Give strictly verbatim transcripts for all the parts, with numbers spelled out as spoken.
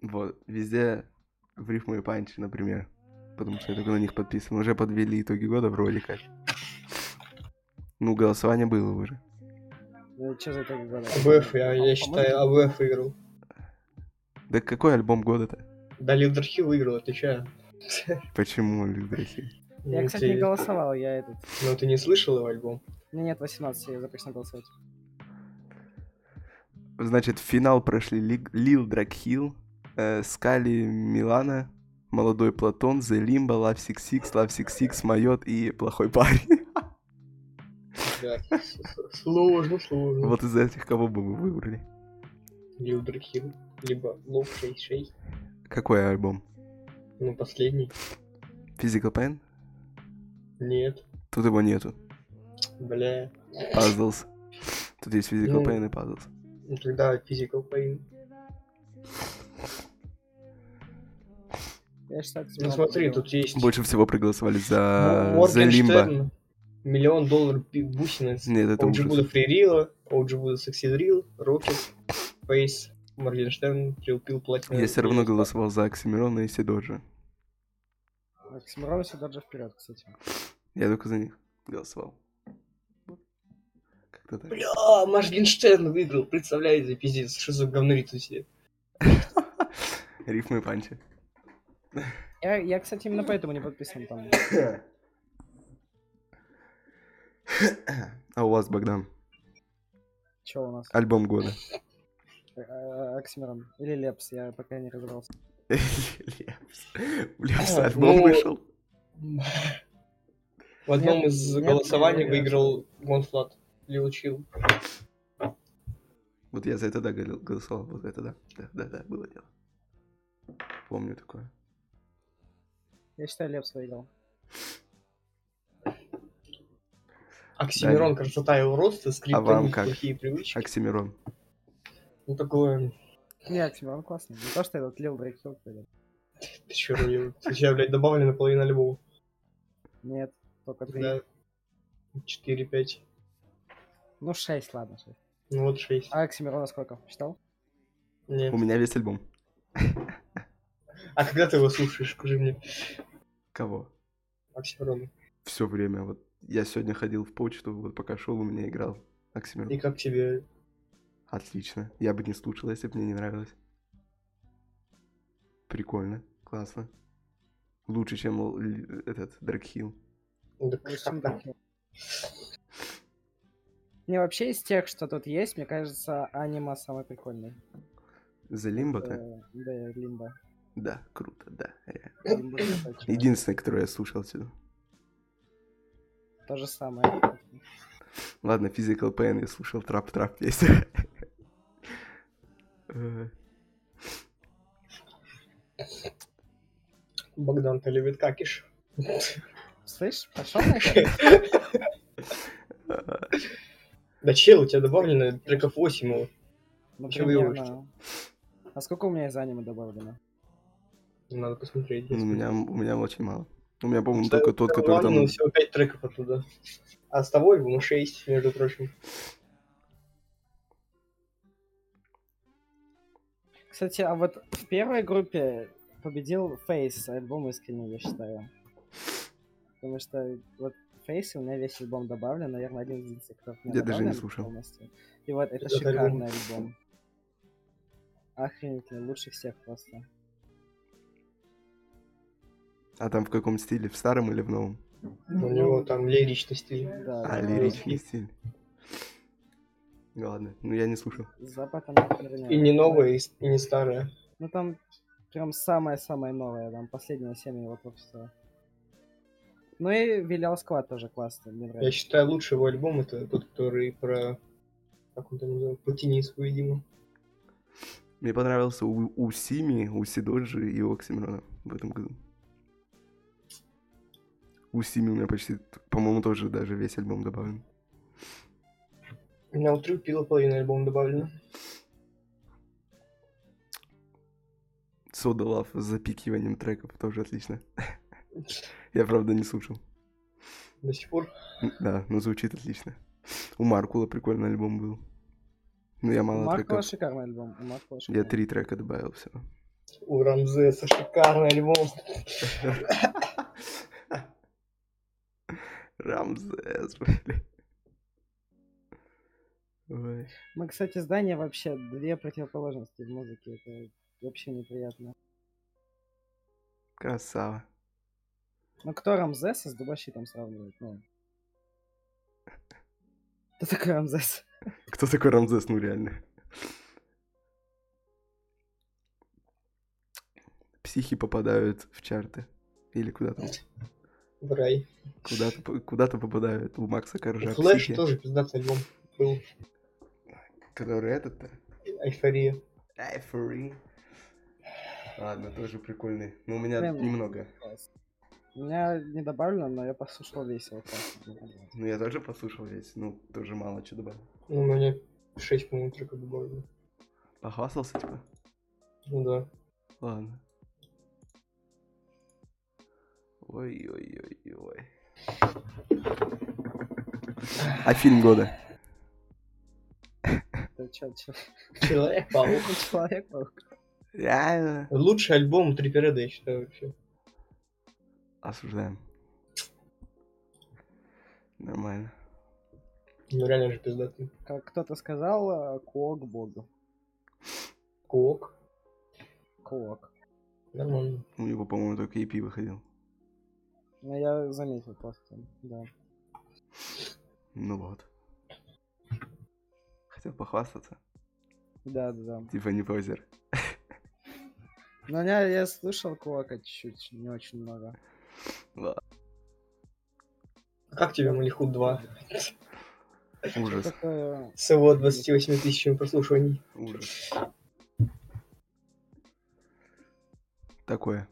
Вот, везде в рифму и панчи, например. Потому что я только на них подписан. Уже подвели итоги года вроде как. Ну, голосование было уже. Ну, что за итоги года? АВФ, я, я считаю, АВФ выиграл. Да какой альбом года-то? Да, Lil Durk Hill выиграл, отвечаю. Почему Lil Durk Hill? Я, Ну, кстати, ты- не голосовал, я этот... Ну, ты не слышал его альбом? Мне нет восемнадцати, я запрещен голосовать. Значит, в финал прошли Ли- Lil Durk Hill, э, Скали Милана, Молодой Платон, The Limbo, Love Six Six, Love Six Six, Майот и Плохой парень. Да. с- с- Сложно, сложно. Вот из этих кого бы вы выбрали? Lil Durk Hill, либо Love шесть шесть. Какой альбом? Ну, последний. Physical Pain? Нет. Тут его нету. Бля. Puzzles. Тут есть Physical Ну. Pain и Puzzles. Ну, тогда Physical Pain. Я считаю, Ну, смотри, тут есть... Больше всего проголосовали за Мо- The Limbo. Моргенштерн, миллион долларов пи- бусинец. Нет, это Оуджи ужас. Буда Фририла, Оуджи Буда Сексидрил, Рокет, Фейс, Моргенштерн, Прилпил Платина. Я все равно голосовал за Оксимирона и Сидоджи. Оксимирон и Сидоджи вперед, кстати. Я только за них голосовал. Как-то так. Бля, Моргенштерн выиграл, представляете, пиздец, что за говнорит у себя. Рифмы и панчи. Я, я, кстати, именно поэтому не подписан там. А у вас, Богдан, Чё у нас? альбом года? Э, Оксимирон. Или Лепс, я пока не разобрался. Лепс. Лепс А, альбом ну, вышел. В одном Нет, из нет, голосований я- выиграл Гонфлат, Лил Чил. Вот я за это, да, гол- голосовал. Вот это, да. Да, да, да, было дело. Помню такое. Я считаю, Лепс выиграл. Оксимирон, красота и уродство, А вам скриптонит, как? плохие привычки. Оксимирон. Ну, такое... Не, Оксимирон классный. Не то, что этот Лил Дрейк Хилл пойдет. Ты чё, Рулил? Сейчас, блядь, добавлено половину альбома. Нет, только три. Да. четыре-пять. Ну, шесть, ладно, шесть. Ну, вот шесть. А Оксимирона сколько? Считал? Нет. У меня весь альбом. А когда ты его слушаешь, скажи мне? Кого? Оксимирона. Все время. Вот я сегодня ходил в почту, вот пока шел, у меня играл И Оксимирон. как тебе? Отлично. Я бы не слушал, если бы мне не нравилось. Прикольно. Классно. Лучше, чем л- л- этот Дракхилл. Да Лучше, как чем так? Дрейк Хилл. Не, вообще из тех, что тут есть, мне кажется, анима самый прикольный. The Limbo-то? Э, Да, Лимба. Да, круто, да. реально. Лимба красавчик. Единственное, которое я слушал отсюда. То же самое. Ладно, Physical Pain я слушал трап-трап песню. Э, Богдан-то любит какиш. Слышь, пошел нахер. Да чел, у тебя добавлено треков восемь его. Ну, Чё вы примерно. А сколько у меня из аниме добавлено? Надо посмотреть. У меня, у меня очень мало. У меня, по-моему, Кстати, только тот, который Ладно, там... всего пять треков оттуда. А с того альбома шесть, между прочим. Кстати, а вот в первой группе победил Фейс, альбом искренний, я считаю. Потому что вот Фейс, у меня весь альбом добавлен, наверное, один из единственных, кто Я даже не добавлен слушал. полностью. И вот это Этот шикарный альбом. Охренительный, лучше всех просто. А там в каком стиле? В старом или в новом? У него там лиричный стиль. Да, А, да. лиричный стиль. Ладно, ну я не слушал. Запад она херня. И не новая, и с- и не старая. Ну там прям самое-самое новое, там последние семь его творчества. Ну и Вилял Сквад тоже классный, мне Я нравится. считаю, лучший его альбом это тот, который про... Как он там называется? Платинистку, видимо. Мне понравился у, у Сими, у Сидоджи и у Оксимирона в этом году. У Сими у меня почти, по-моему, тоже даже весь альбом добавлен. У меня у Трю Пила половина альбома добавлено. Soda Love с запикиванием треков тоже отлично. Я, правда, не слушал. До сих пор. М, Да, но звучит отлично. У Маркула прикольный альбом был. Ну, я У мало Маркова треков. шикарный альбом. У Маркова Я шикарный. три трека добавил всего. У Рамзеса шикарный альбом. Рамзес, блин. Ой. Мы, кстати, здание вообще две противоположности в музыке. Это вообще неприятно. Красава. Ну кто Рамзеса с Дубощитом сравнивает? Ну. Кто такой Рамзес? Кто такой Рамзес, ну реально? Психи попадают в чарты. Или куда там? В рай. Куда-то, по- куда-то попадают. У Макса Коржа Флэш психи. тоже пиздатый альбом был. Который этот-то? Эйфория. Эйфори. Ладно, тоже прикольный. Но у меня Прям немного. класс. У меня не добавлено, но я послушал весь его классно. Ну, я тоже послушал весь. Ну, тоже мало что добавил. Ну, у меня шесть, по-моему, треков добавлено. Похвастался, типа? Ну да. Ладно. Ой-ой-ой-ой. А фильм года? Это чё, чё? Человек-паук. Человек-паук. Реально? Лучший альбом Триппереда, я считаю, вообще. Осуждаем. Нормально. Ну, реально же пиздатый. Как кто-то сказал, э, куок богу. Куок. Куок. Нормально. У него, по-моему, только и пи выходил. Ну, я заметил просто, да. Ну вот. Хотел похвастаться. Да, да, да. Типа не позер. Но я, я слышал куока чуть-чуть, не очень много. Ладно. А как тебе Малихут два? Ужас. Такое... С его двадцатью восьмью тысячами прослушиваний. Ужас. Такое.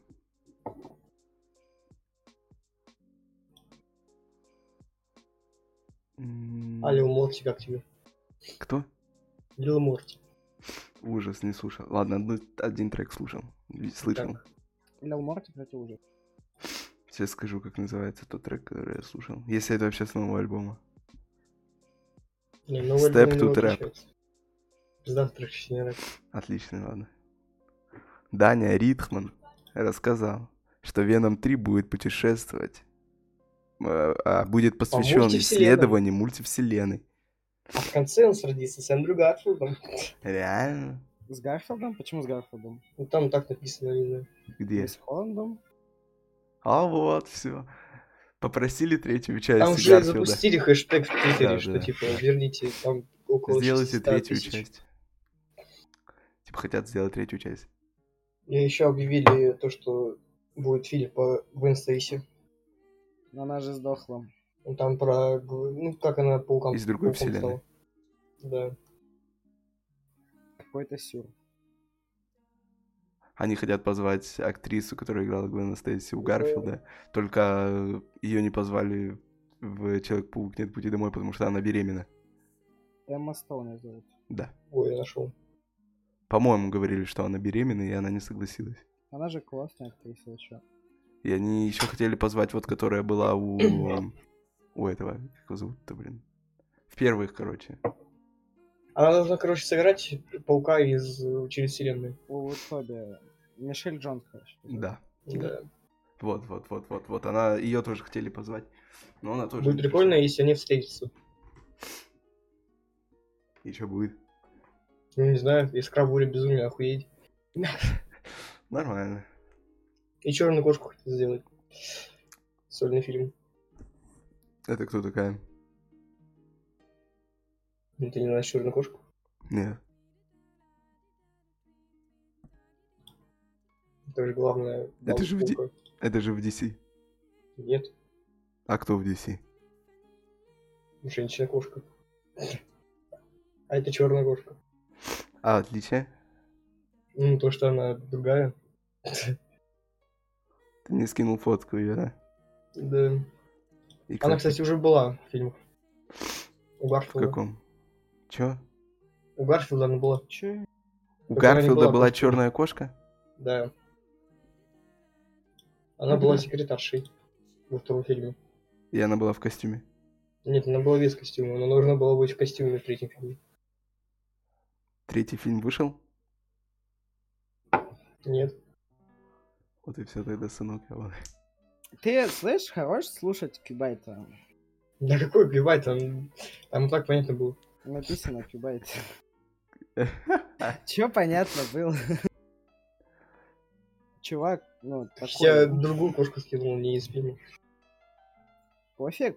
М, А Лил Морти как тебе? Кто? Лил Морти. Ужас, не слушал. Ладно, одну- один трек слушал. Ведь Слышал. Так. Лил Морти, кстати, уже. Сейчас скажу, как называется тот трек, который я слушал. Если это вообще с нового альбома. Не, новый Step альбом to не Trap. отличается. Пиздатый трек, если не нравится. Отлично, ладно. Даня Ритхман рассказал, что Веном три будет путешествовать, э, а будет посвящен мультивселенной. исследованию мультивселенной. А в конце он сродится с Эндрю Гарфилдом. Реально? С Гарфилдом? Почему с Гарфилдом? Ну там так написано, не знаю. Где? И с Холландом? А вот, все. Попросили третью часть Там же Гарфилда. запустили хэштег в Твиттере, Да, что да. типа верните там около Сделайте шестисот третью тысяч. часть. Типа хотят сделать третью часть. И еще объявили то, что будет фильм по Гвен Стейси. Но она же сдохла. Ну, там про... Гв- Ну, как она пауком, Из другой пауком вселенной. стала. Да. Какой-то сюр. Они хотят позвать актрису, которая играла Гвен Стейси у Гарфилда. Только ее не позвали в Человек-паук Нет пути домой, потому что она беременна. Эмма Стоун её зовут. Да. Ой, я нашел. По-моему, говорили, что она беременна, и она не согласилась. Она же классная актриса еще. И они еще хотели позвать вот, которая была у... у этого, как его зовут-то, блин? В первых, короче. Она должна, короче, сыграть паука из э, через вселенную. У Тоби. Мишель Джонс, короче. Да. Да. Вот, вот, вот, вот, вот. Она, ее тоже хотели позвать. Но она тоже... Будет не прикольно, пришла. если они встретятся. И что будет? Ну, не знаю, Искра буря безумия, охуеть. Нормально. И черную кошку хотят сделать. Сольный фильм. Это кто такая? Ну, ты не знаешь черную кошку? Нет. Это же главное. Это же в Ди- Паука. Это же в ди си. Нет, А кто в ди си? женщина-кошка. А это черная кошка. А, отличие? Ну, то, что она другая. Ты не скинул фотку ее, да? Да. И Она, как- кстати, уже была в фильмах. У В Гарфилда. каком? Чё? У Гарфилда она была. Че? У Которая не Гарфилда была была кошкой. черная кошка? Да. Она была секретаршей во втором фильме. И она была в костюме. Нет, она была без костюма, но нужно было быть в костюме в третьем фильме. Третий фильм вышел? Нет. Вот и все тогда, сынок. я вот. Ты, слышь, хорош слушать Кьюбайта? Да какой плевать, там, там так понятно было. Написано Кьюбайт. Чё понятно было? Чувак, ну, Я такой, другую кошку скинул, не из фильма. пофиг.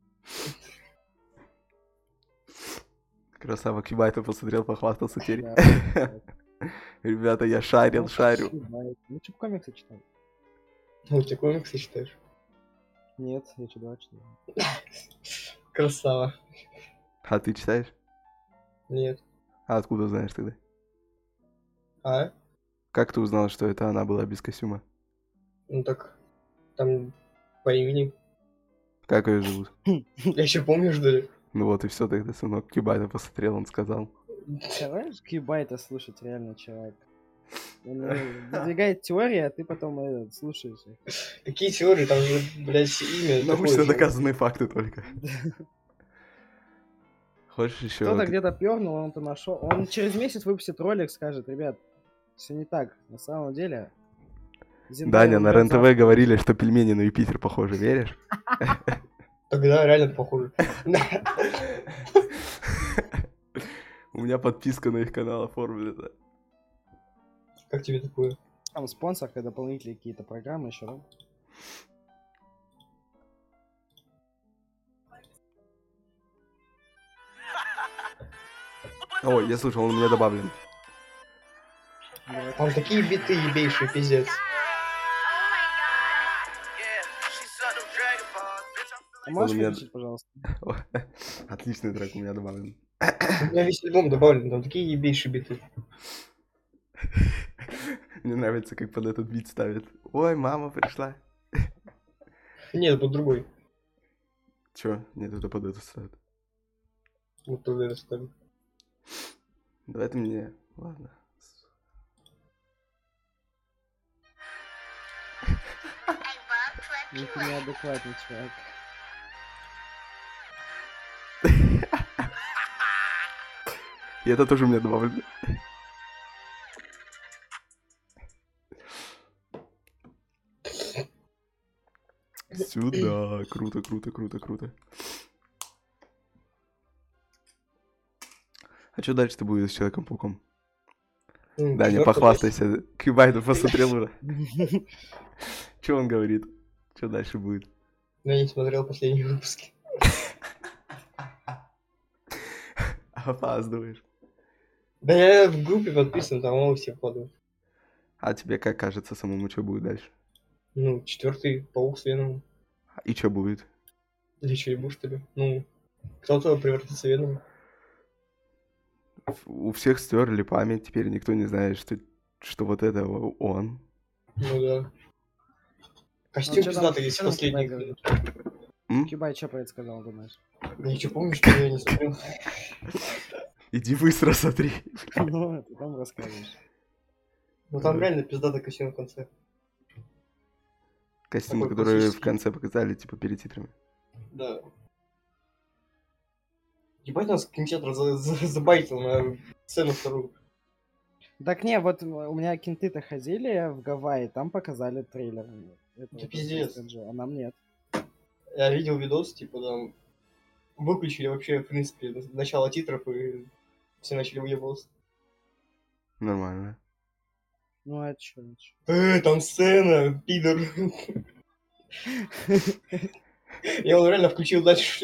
Красава, Кьюбайта посмотрел, похвастался теперь. Да. Ребята, я шарил, Ну, шарю. Кьюбайт. Ну, что, комиксы читал? Ну, ты комиксы читаешь? Нет, я читал, читал. Красава. А ты читаешь? Нет. А откуда знаешь тогда? А? Как ты узнал, что это она была без костюма? Ну так, там по имени. Как ее зовут? Я еще помню, что ли. Ну вот и все тогда, сынок. Кьюбайта посмотрел, он сказал. Знаешь, Кьюбайта слушать реально, чувак. Он э, выдвигает теории, а ты потом э, слушаешь их. Какие теории, там же, блядь, имя такое Научно же. доказанные факты только. Хочешь еще? Кто-то где-то пернул, он то нашел. Он через месяц выпустит ролик, скажет, ребят, все не так. На самом деле. Зендая Даня, на умрет РЕН-ТВ завтра. говорили, что пельмени на Юпитер похожи, веришь? Тогда реально похоже. У меня подписка на их канал оформлена. Как тебе такое? Там спонсорка, дополнительные какие-то программы еще, да? Ой, я слышал, он у меня добавлен. Давай. Там такие биты ебейшие, пиздец. А можешь у меня- выключить, пожалуйста? Отличный трек у меня добавлен. У меня весь альбом добавлен, там такие ебейшие биты. Мне нравится, как под этот бит ставят. Ой, мама пришла. Нет, под другой. Чё? Нет, это под это ставят. Вот туда это ставлю. Давай ты мне... Ладно. Ну ты неадекватный чувак. И это тоже у меня добавлено. Сюда. Круто, круто, круто, круто. А что дальше-то будет с Человеком-пауком? Ну, Даня, четвёртая похвастайся. Кьюбайта посмотрел уже. Что он говорит? Что дальше будет? часть. Я не смотрел последние выпуски. Опаздываешь. Да я в группе подписан, там новости вкладывают. А тебе как кажется самому, что будет дальше? Ну, четвертый паук с Веном. И что будет? Или что-нибудь, что ли? Ну, кто-то превратится в Веном. У всех стерли память, теперь никто не знает, что, что вот это он. Ну да. Костюм Ну, чё там- пиздатый из чё там последних. Кьюбайт М? Кьюбайт что про это сказал, думаешь? Да я что помню, что я не смотрел. Иди быстро смотри. Ну, ты там рассказываешь. Ну там реально пиздатый костюм в конце. Костюм, Такой который в классический. конце показали, типа, перед титрами. Да. Ебать нас кинотеатр за- за- забайтил на сцену вторую. Так не, вот м- у меня кенты-то ходили в Гавайи, там показали трейлер. Это Да вот пиздец. Стрэнджа, а нам нет. Я видел видос, типа там выключили вообще, в принципе, начало титров, и все начали уебываться. Нормально. Ну а чё, а чё? Э, там сцена, пидор. Я он реально включил дальше.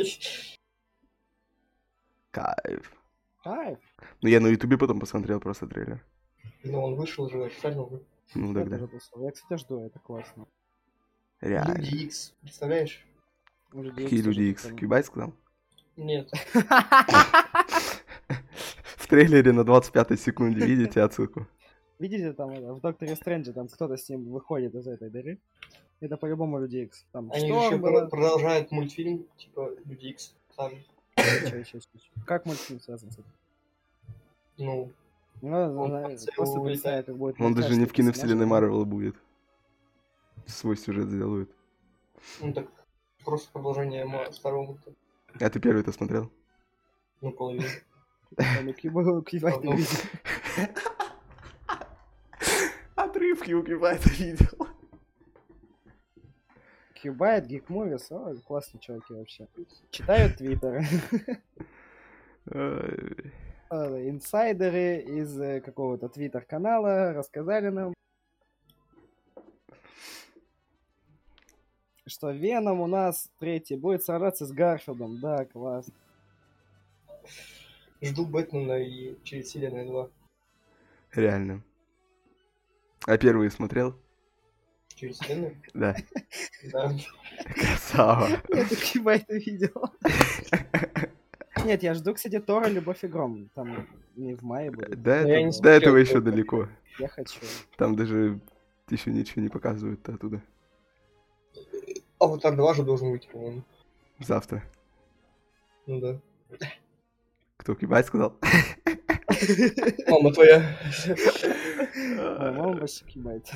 Кайф. Кайф. Ну, я на ютубе потом посмотрел просто трейлер. Ну он вышел уже официально уже. Ну, Я тогда. тоже послал. Я, кстати, жду, это классно. Реально. Люди Икс, представляешь? Уже Какие Д Икс тоже люди Икс? прикольно. Кьюбайт сказал? Нет. В трейлере на двадцать пятой секунде видите отсылку? Видите, там это, в Докторе Стрэнджа там кто-то с ним выходит из этой дыры. Это по-любому Люди Икс. Там Они что еще было? продолжают мультфильм, типа Люди Икс. Там, Чё, чё, чё, чё? Как мультфильм связан с этим? ну, Ну, Он зна- в конце просто улетает. представь, как будет Он даже не в мультяшный киновселенной персонаж, Марвел будет. Свой сюжет сделают. ну так просто продолжение ма- старого мульта. А ты первый-то смотрел? Ну, половину. там, ну, Кьюба- Кьюбайт Одну. не видел. Отрывок. гифки у Кьюбайта видел. Кьюбайт, Geek Movies, о, классные чуваки вообще. Читают твиттеры. Ой. Э, Инсайдеры из э, какого-то твиттер-канала рассказали нам, что Веном у нас третий будет сражаться с Гарфилдом. Да, класс. Жду Бэтмена и через вселенную два. Реально. А первый смотрел? Через вселенную? Да. Да. Красава. Я так Кьюбайта видел. Нет, я жду, кстати, Тора «Любовь и гром». Там не в мае будет. До, Ну, я этого- не до смотрел, этого еще только- далеко. Я хочу. Там даже еще ничего не показывают оттуда. Аватар два же должен выйти, по-моему. Завтра. Ну да. Кто, Кьюбайт сказал? Мама твоя. По-моему, вообще Кьюбайт.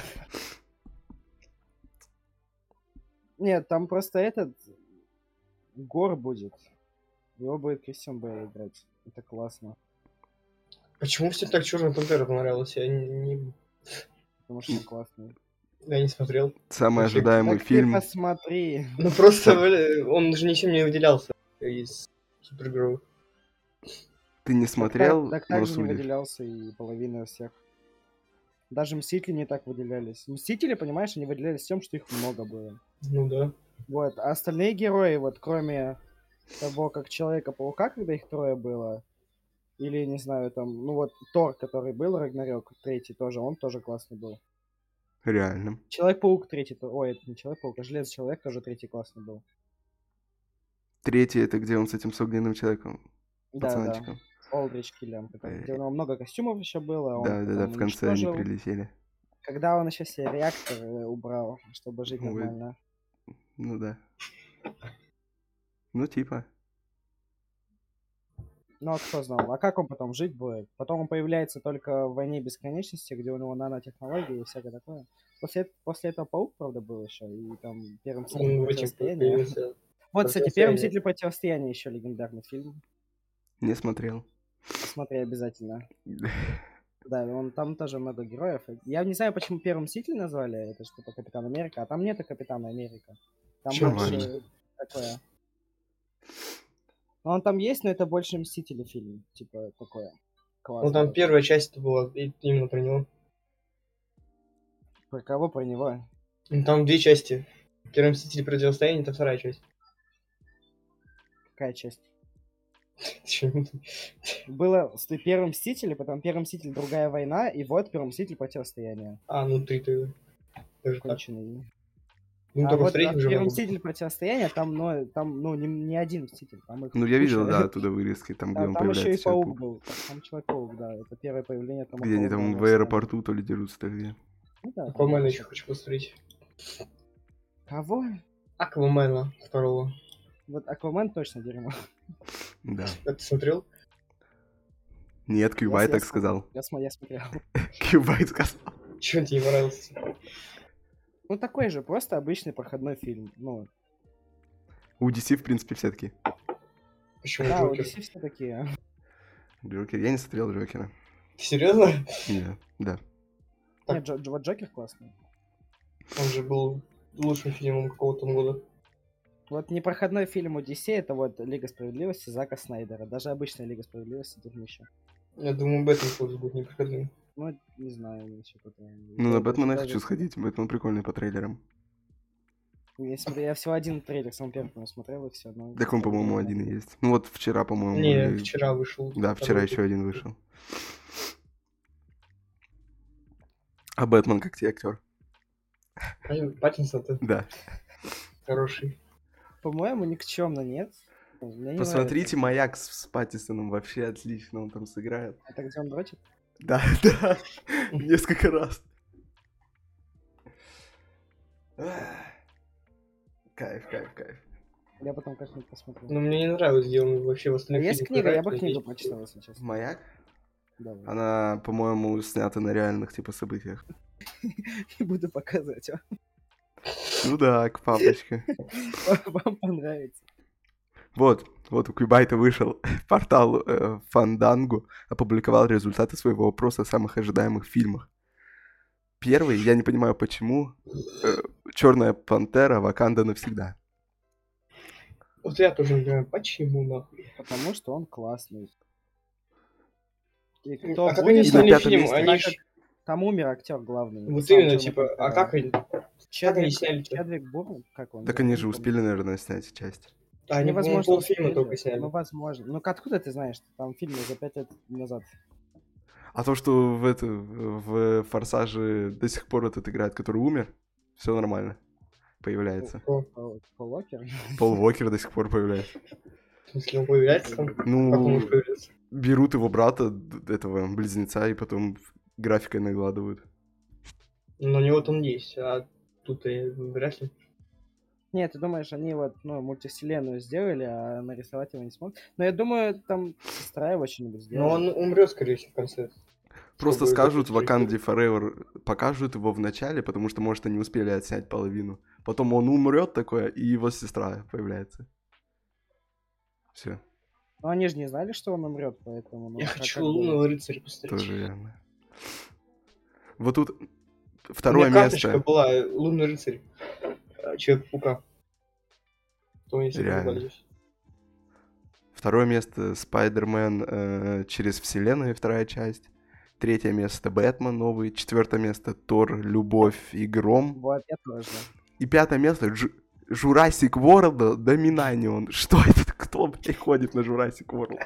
Нет, там просто этот Гор будет. Его будет Кристиан Бэйл играть. Это классно. Почему всем так Черная Пантера понравилась? Я не, не- Потому что он классный. я не смотрел. Самый Вообще, ожидаемый Так ты фильм. посмотри. Ну просто, бля, он же ничем не выделялся из Супергероев. Ты не смотрел, Так, так, но так же не судишь. выделялся и половина всех. Даже Мстители не так выделялись. Мстители, понимаешь, они выделялись тем, что их много было. Ну да. Вот, а остальные герои, вот, кроме того, как Человека-паука, когда их трое было, или, не знаю, там, ну вот, Тор, который был, Рагнарёк, третий тоже, он тоже классный был. Реально. Человек-паук третий, то- ой, это не Человек-паук, а Железный Человек тоже третий классный был. Третий это где он с этим с огненным человеком, Да, пацанчиком. да, Олдрич Киллиан, который- где у Э. него много костюмов еще было, он Да, да, да, потом в конце они уничтожил. прилетели. Когда он еще себе реактор э, убрал, чтобы жить Ой. нормально. Ну да. Ну типа. Ну, а кто знал? А как он потом жить будет? Потом он появляется только в «Войне бесконечности», где у него нанотехнологии и всякое такое. После, после этого Паук, правда, был еще, и там Первый Мститель Он в этих противостояние. появился. Вот, кстати, Первый Противостояние. Мститель противостояние еще легендарный фильм. Не смотрел. Посмотри обязательно. Да, он там тоже много героев. Я не знаю, почему Первый Мститель назвали, это же типа Капитан Америка, а там нету Капитана Америка. Там Чё больше важно? такое. Ну, он там есть, но это больше Мстители фильм. Типа такое. Классно. Ну там первая часть была и- именно про него. Про кого? Про него? Ну, там две части. Первый Мститель противостояние, это вторая часть. Какая часть? Чё? Было с Первым Мститель, потом Первый Мститель Другая война, и вот Первый Мститель противостояние. А, ну ты ты. Даже так. Конченый. Ну а только вот в третьем а же Первый могу. Мститель противостояние, там, ну, там, ну, не, не один Мститель, там их Ну я видел, куча. да, оттуда вырезки, там, где Да, он там еще и появляется. Паук Человек-паук. был. Там Человек-паук, да. Это первое появление Тома Где они Холланда там во в вселенной. аэропорту то ли дерутся, то ли где. Ну да, там Аквамена было. еще хочу посмотреть. Кого? Аквамена второго. Вот Аквамен точно дерьмо. Да. А ты смотрел? Нет, Я- Кьюбайт я так см- сказал. Я, см- я смотрел. Кьюбайт сказал. Чего тебе не понравился? Ну такой же, просто обычный проходной фильм. Ну, У ди си, в принципе, все таки. Почему да, у Джокер? ди си все такие. Джокер. Я не смотрел Джокера. Ты серьезно? Не, да. Так. Нет, Джо- Джо- вот Джокер классный. Он же был лучшим фильмом какого-то там года. Вот непроходной фильм у ди си это вот Лига Справедливости Зака Снайдера. Даже обычная Лига Справедливости дурнище. Я думаю, Бэтмен тоже будет непроходным. Ну, не знаю, насчет этого. Ну, на Это Бэтмена я даже- хочу сходить. Бэтмен прикольный по трейлерам. Я, смотрю, я всего один трейлер самый первый посмотрел, и все. Ну, Так он, по-моему, один и есть. Ну вот вчера, по-моему. Не, или- вчера вышел. Да, вчера второй. еще один вышел. А Бэтмен как тебе актер? Паттин- Паттинсон-то Да. хороший. По-моему, никчемно, нет? Мне не Посмотрите «Маяк» с, с Паттисоном. Вообще отлично он там сыграет. нравится. Это где он дрочит? Да, да. Несколько раз. Кайф, кайф, кайф. Я потом как-нибудь посмотрю. Но мне не нравилось, где он вообще в А остальных есть фильмах книга? Я играет, бы но книгу здесь- прочитал, если честно. «Маяк»? Давай. Она, по-моему, снята на реальных типа событиях. Не буду показывать. а. Ну да, к папочке. Вам понравится. Вот, вот у Кьюбайта вышел портал э, Фанданго, опубликовал результаты своего опроса о самых ожидаемых фильмах. Первый, я не понимаю, почему э, Черная пантера Ваканда навсегда. Вот я тоже не понимаю, почему нахуй? Потому что он классный. И А кто как будет, они И на сняли пятом фильм? месте. Они так ж... как там умер актер главный. Вот сам именно, Черная типа, а пантера. как они... Как они Чедвик, сняли-то? Чедвик Бурн, как он? Так я они не же помню. успели, наверное, снять часть. А они, Ну, по-моему, возможно, полфильма успели. только сняли. Ну, возможно. Ну, откуда ты знаешь? Там фильмы за пять лет назад. А то, что в, это, в Форсаже до сих пор этот играет, который умер, все нормально. Появляется. Кто? Пол, Пол Уокер. Пол Уокер до сих пор появляется. В смысле, он появляется там? Как он Ну, может появляться? берут его брата, д- этого близнеца, и потом графикой накладывают. Ну, у него там есть, а тут и вряд ли. Нет, ты думаешь, они вот, ну, мультивселенную сделали, а нарисовать его не смогут? Но я думаю, там сестра его что-нибудь Но сделает. он умрет, скорее всего, в конце. Просто Чтобы скажут закончить Ваканде историю. Forever, покажут его в начале, потому что, может, они успели отснять половину. Потом он умрет такое, и его сестра появляется. Все, Но они же не знали, что он умрет, поэтому... Ну, Я как- хочу как лунного думать? рыцаря посмотреть. тоже верно. Вот тут У меня второе карточка место. была, лунный рыцарь. а, Человек-паука. То если Реально. разобрались. Второе место Спайдермен э, через вселенную, вторая часть. Третье место Бэтмен новый. Четвертое место Тор, Любовь и Гром. Вот, я тоже. И пятое место Дж- Jurassic World Доминанион. Что это? Кто, блядь, ходит на Jurassic World?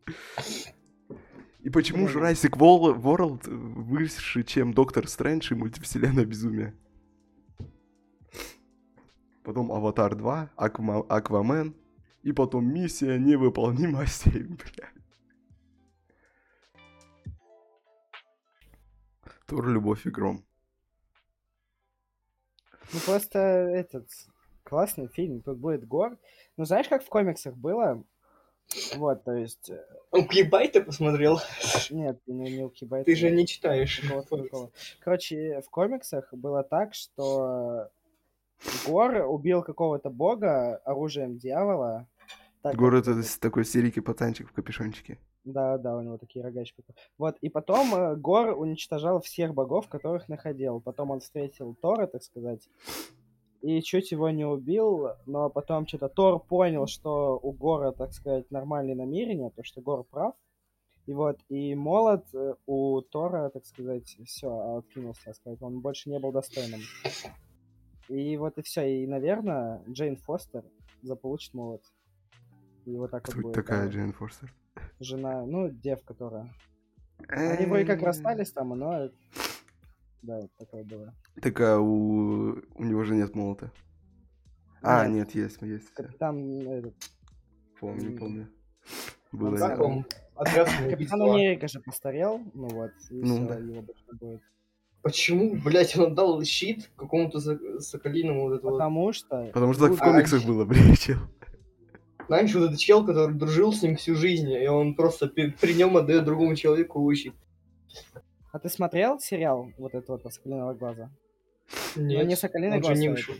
И почему Блин. Jurassic Wol- World выше, чем Доктор Стрэндж и мультивселенная безумия? Потом Аватар два, Аква- Аквамен. И потом Миссия невыполнима семь, бля. Тор, Любовь и Гром. Ну, просто этот... Классный фильм, тут будет Гор. Ну, знаешь, как в комиксах было? Вот, то есть... э, Он Кьюбайта посмотрел? Нет, не, не у Кибайта. Ты же не читаешь. Какого-то такого. Короче, в комиксах было так, что Гор убил какого-то бога оружием дьявола. Так как Город этот- это с- такой серенький пацанчик в капюшончике. Да, да, у него такие рогачки. Вот, и потом э, Гор уничтожал всех богов, которых находил. Потом он встретил Тора, так сказать, и чуть его не убил, но потом что-то Тор понял, что у Гора, так сказать, нормальные намерения, то что Гор прав. И вот, и молот э, у Тора, так сказать, все, откинулся, так сказать, он больше не был достойным. И вот и все, и, наверное, Джейн Фостер заполучит молот. И вот так Кто вот это будет. такая да. Джейн Форстер? Жена, ну, дев, которая. Они вроде как расстались там, но... Да, такое было. Так а у... у него же нет молота. А, Нет. нет, есть, есть. всё. Капитан этот... Помню, М. помню. Было Он дело. Как он? Отряд самоубийц Капитан два. Америка же постарел, ну вот, и Ну все, да. его больше не будет. Почему, блядь, он отдал щит какому-то за- соколиному вот это вот. Потому что... Потому что так в люди- комиксах было, блядь, чел. Знаешь, вот этот чел, который дружил с ним всю жизнь, и он просто при, при нем отдает другому человеку его щит. А ты смотрел сериал вот этого вот «Соколиного глаза»? Нет, не «Соколиный он же глаз», не а вышел.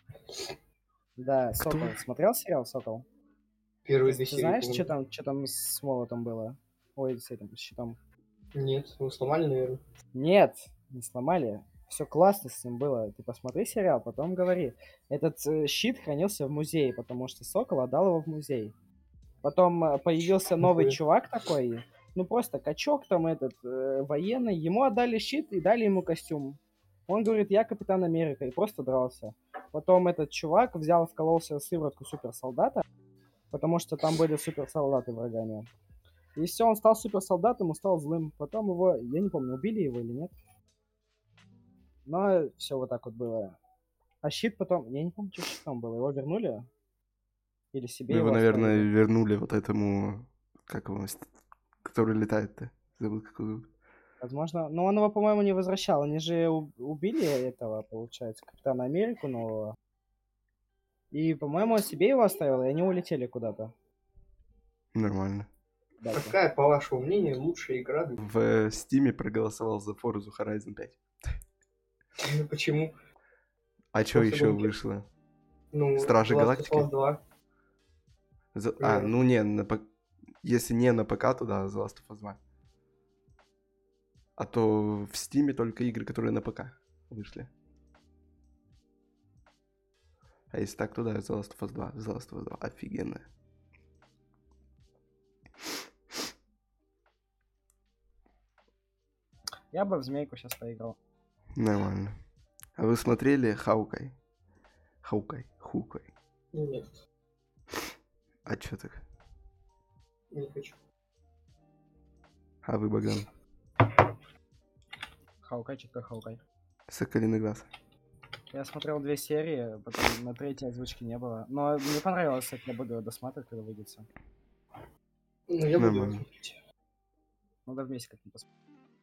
Да, Кто? «Сокол». Смотрел сериал «Сокол»? Первые Ты, две ты серии. знаешь, помню. что там, что там с молотом было? Ой, с этим, с щитом. Нет, его сломали, наверное. Нет, не сломали. Все классно с ним было. Ты посмотри сериал, потом говори. Этот э, щит хранился в музее, потому что Сокол отдал его в музей. Потом э, появился новый Нихуя. чувак такой, ну просто качок там этот, э, военный. Ему отдали щит и дали ему костюм. Он говорит, я Капитан Америка, и просто дрался. Потом этот чувак взял, вкололся в сыворотку суперсолдата, потому что там были суперсолдаты врагами. И все, он стал суперсолдатом и стал злым. Потом его, я не помню, убили его или нет. Но все вот так вот было. А щит потом, я не помню, что с щитом было. Его вернули? Или себе Его, его наверное, оставили? вернули вот этому... Как его? ст- Который летает-то. Забыл, как его зовут. Возможно. Но он его, по-моему, не возвращал. Они же у- убили этого, получается, Капитана Америку нового. И, по-моему, он себе его оставил, и они улетели куда-то. Нормально. Дальше. Какая, по вашему мнению, лучшая игра? В Стиме проголосовал за Forza Horizon пять. Почему? А что Просто еще гонки. вышло? Ну, Стражи Last of Галактики? Us два. За- А, Примерно. ну не, на п- если не на ПК, то да, The Last of Us два. А то в Стиме только игры, которые на ПК вышли. А если так, то да, The Last of Us два. The Last of Us два офигенная. Я бы в Змейку сейчас поиграл. Нормально. А вы смотрели Хаукай? Хаукай? Хукай? Нет, А чё так? не хочу. А вы, Богдан? Хаукай, что такое Хаукай? Соколиный глаз. Я смотрел две серии, потом на третьей озвучки не было. Но мне понравилось, как я буду его досматривать, когда выйдет всё. Ну, я буду Нормально. смотреть. Надо вместе как-нибудь посмотреть.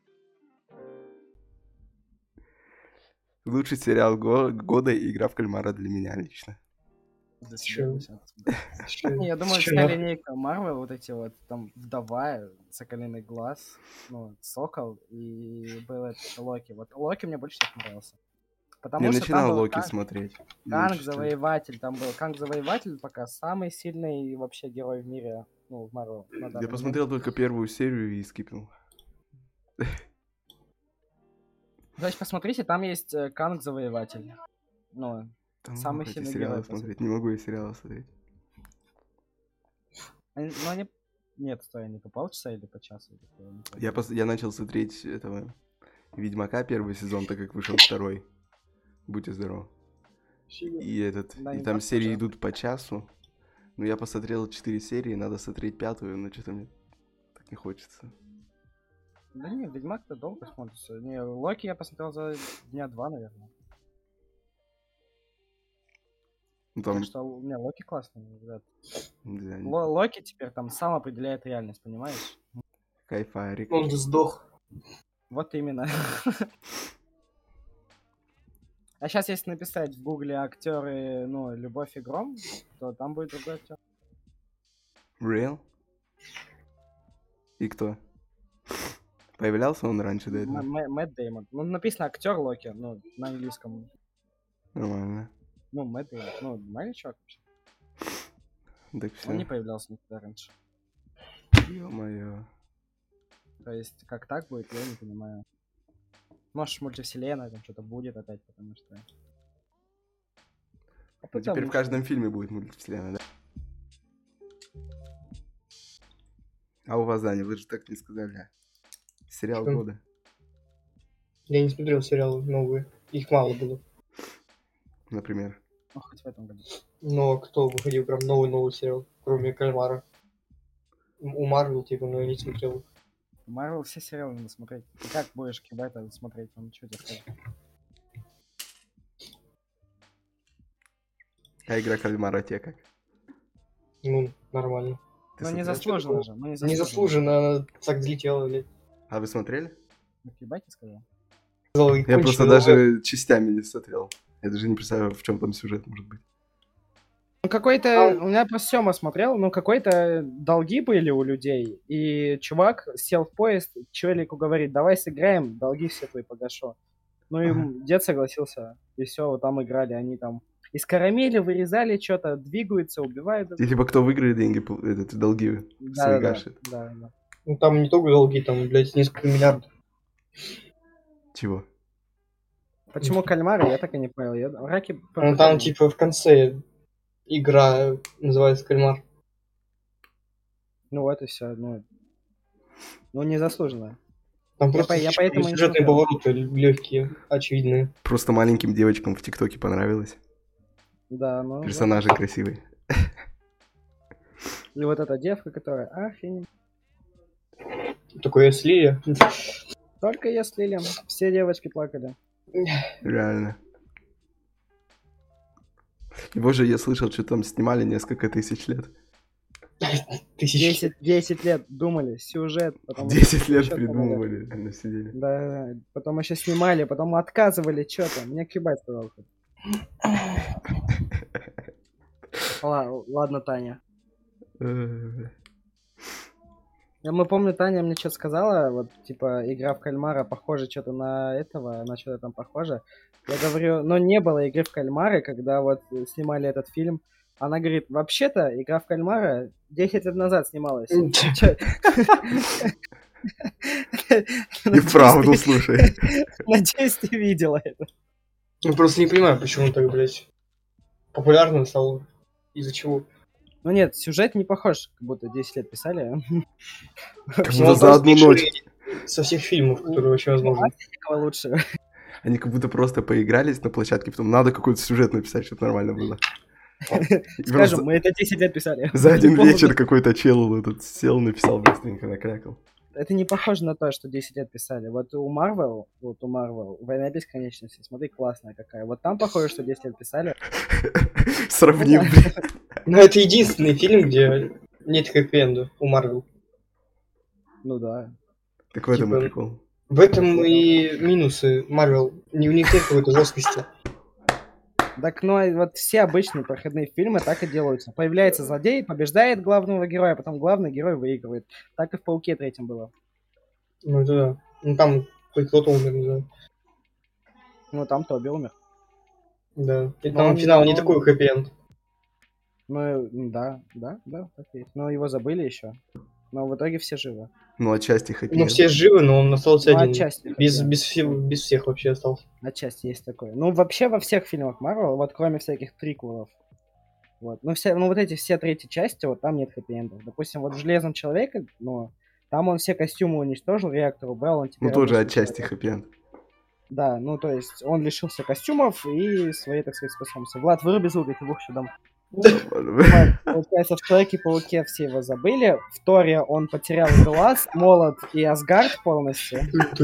Лучший сериал го- года и «Игра в кальмара» для меня лично. За Чё? себя всё посмотреть. Чё? Не, я думаю, Чё вся нахуй? линейка Марвел, вот эти вот, там, Вдова, Соколиный глаз, ну, Сокол, и был этот Локи. Вот Локи мне больше всех понравился. Потому Я что там начинал был Локи Канг, смотреть. и Канг очень странно. Завоеватель, там был Канг Завоеватель пока самый сильный вообще герой в мире, ну, в Марвел на данный Я момент. посмотрел только первую серию и скипнул. Значит, посмотрите, там есть э, Канг Завоеватель. Ну, Там самый много эти сильный сериалы герой, по сути. смотреть. Не могу я сериалы смотреть. Они- ну, они... Нет, стой, они по полчаса или по часу? или по- не помню. Я, пос- я начал смотреть этого Ведьмака первый сезон, так как вышел второй. Будьте здоровы. Спасибо. И этот. Да, и не там так серии тоже. идут по часу. Но я посмотрел четыре серии, надо смотреть пятую, но что-то мне так не хочется. Да не, Ведьмак-то долго смотрится. Не, Локи я посмотрел за дня два, наверное. Ну там. Так что, не, Локи классный, ребят. Да, не- Ло- Локи теперь там сам определяет реальность, понимаешь? Кайфарик. Он же сдох. Вот именно. А сейчас, если написать в гугле актеры, ну, Любовь и Гром, то там будет другой актер. Real? И кто? Появлялся он раньше до этого? М- М- Мэтт Деймон. Ну, написано актер Локи, ну, на английском. Нормально. Ну, Мэтт Деймон. Ну, нормальный чувак вообще. Так Он не все. появлялся никогда раньше. Ё-моё. То есть, как так будет, я не понимаю. Может, мультивселенная там что-то будет опять, потому что... А Ну, теперь потому в каждом фильме будет мультивселенная, да? А у вас, Даня, вы же так не сказали. Сериал Что? года. Я не смотрел сериалы новые. Их мало было. Например. Ну, хоть в этом году. Но кто выходил прям новый-новый сериал, кроме Кальмара? М- У Марвел, типа, но я не смотрел. Марвел все сериалы надо смотреть. Ты как будешь Кибайта смотреть? Он что тебе скажет? А «Игра кальмара» тебе как? Ну, нормально. Ты Ну, не смотрел? заслуженно же. Ну, не заслуженно. Незаслуженно она так взлетела, блядь. А вы смотрели? Ну, Кибайте сказал. Сказала, Я конченая, просто но- даже частями не смотрел. Я даже не представляю, в чем там сюжет может быть. Ну, какой-то... У меня просто Сёма смотрел, ну, какой-то долги были у людей, и чувак сел в поезд, челику говорит, давай сыграем, долги все твои погашу. Ну, и Ага. дед согласился, и все, вот там играли, они там из карамели вырезали что-то, двигаются, убивают. И типа кто выиграет деньги, пол- этот, долги свои Да, да, гашит. да, да. Ну, там не только долги, там, блядь, несколько миллиардов. Чего? Почему кальмары, я так и не понял. Я... Раки... Ну, там, типа, в конце игра называется Кальмар. Ну, вот и все, ну... Ну, незаслуженно. Там Я просто по- я слишком поэтому и не сюжетные смотрел. повороты легкие, очевидные. Просто маленьким девочкам в ТикТоке понравилось. Да, ну... вот. Персонажи красивые. И вот эта девка, которая... Охренеть. Такое слили. Только я с Лилием. Все девочки плакали. Реально. Его же, я слышал, что там снимали несколько тысяч лет. Тысячи. десять, десять лет думали, сюжет. Потом Десять лет ещё думали. придумывали, на сидели. Да, да, потом еще снимали, потом отказывали, что-то. Мне кибать сказал. Ла- Ладно, Таня. Э, Я мы помню, Таня мне что-то сказала, вот, типа, игра в кальмара похожа что-то на этого, на что-то там похоже. Я говорю, но не было игры в кальмары, когда вот снимали этот фильм. Она говорит, вообще-то игра в кальмара десять лет назад снималась. Чё- И вправду, слушай. Надеюсь, ты видела это. Я просто не понимаю, почему так, блядь, популярным стал. Из-за чего? Ну нет, сюжет не похож, как будто десять лет писали. Как Ну, будто он за просто одну лучший ночь. Со всех фильмов, которые вообще возможны. Никого лучше. Они как будто просто поигрались на площадке, потом надо какой-то сюжет написать, чтобы нормально было. И Скажем, просто мы это десять лет писали. за один По-любому, вечер какой-то чел этот сел, написал быстренько, накрякал. Это не похоже на то, что десять лет писали. Вот у Marvel, вот у Marvel, «Война бесконечности», смотри, классная какая. Вот там похоже, что десять лет писали. Сравним, блин. Ну, это единственный фильм, где нет хэппи-энда у Марвел. Ну да. Так в этом и Типа, прикол. В этом и минусы Марвел. Не у них нет какой-то жесткости. Так, ну, и вот все обычные проходные фильмы так и делаются. Появляется злодей, побеждает главного героя, потом главный герой выигрывает. Так и в «Пауке» третьем было. Ну, это да. Ну, там хоть кто-то умер, не знаю. Ну, там Тоби умер. Да. И Но там он- финал не он- такой хэппи-энд. Ну, да, да, да, так и есть. Но его забыли еще. Но в итоге все живы. Ну, отчасти хэппи. Ну, все живы, но он остался Ну, один. отчасти. Без, да. без, всех, без всех вообще остался. Отчасти есть такое. Ну, вообще во всех фильмах Марвел, вот кроме всяких триквелов, вот, ну, все, ну, вот эти все третьи части, вот там нет хэппи-эндов. Допустим, вот в «Железном человеке», ну, там он все костюмы уничтожил, реактор убрал, он теперь... Ну, тоже обычный отчасти человек. хэппи-энд. Да, ну, то есть он лишился костюмов и своей, так сказать, способности. Влад, выруби звук, я тебе в дам. Получается, в Человеке-пауке все его забыли, в Торе он потерял глаз, молот и Асгард полностью.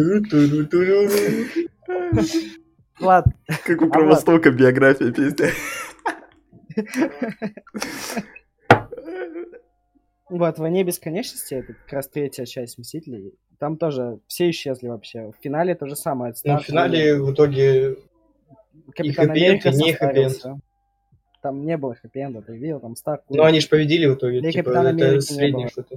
Влад, Как у А Правостока биография песня. вот, в «Войне бесконечности», это как раз третья часть «Мстителей», там тоже все исчезли вообще. В финале то же самое. Ну, в финале в итоге Капитан хэппи-энд, Америка и не состарился. Там не было хэппи-энда, ты видел? Там Старк Ну, они же победили в итоге. Да и Типа, Капитана это Америки не среднее было. что-то.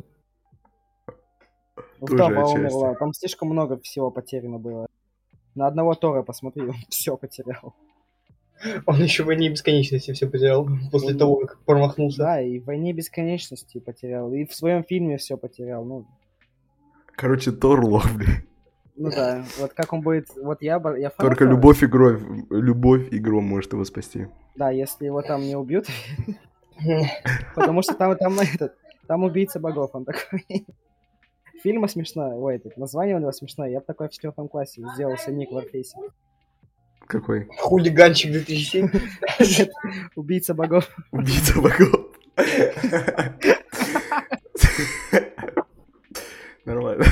Тоже Вдова отчасти. умерла. Там слишком много всего потеряно было. На одного Тора посмотри, он все потерял. Он еще в «Войне бесконечности все потерял после Он- того, как промахнулся. Да, и в «Войне бесконечности» потерял, и в своем фильме все потерял. Ну, Короче, Тор лох, блин. ну да, вот как он будет... Вот я, бо- я фанат Только Тора. любовь и гром, любовь и гром может его спасти. Да, если его там не убьют. Потому что там, там этот... Там убийца богов, он такой. Фильма смешно. Ой, этот, название у него смешное. Я в такой в четвертом классе сделался ник в Warface. Какой? Хулиганчик две тысячи семь. Убийца богов. Убийца богов. Нормально.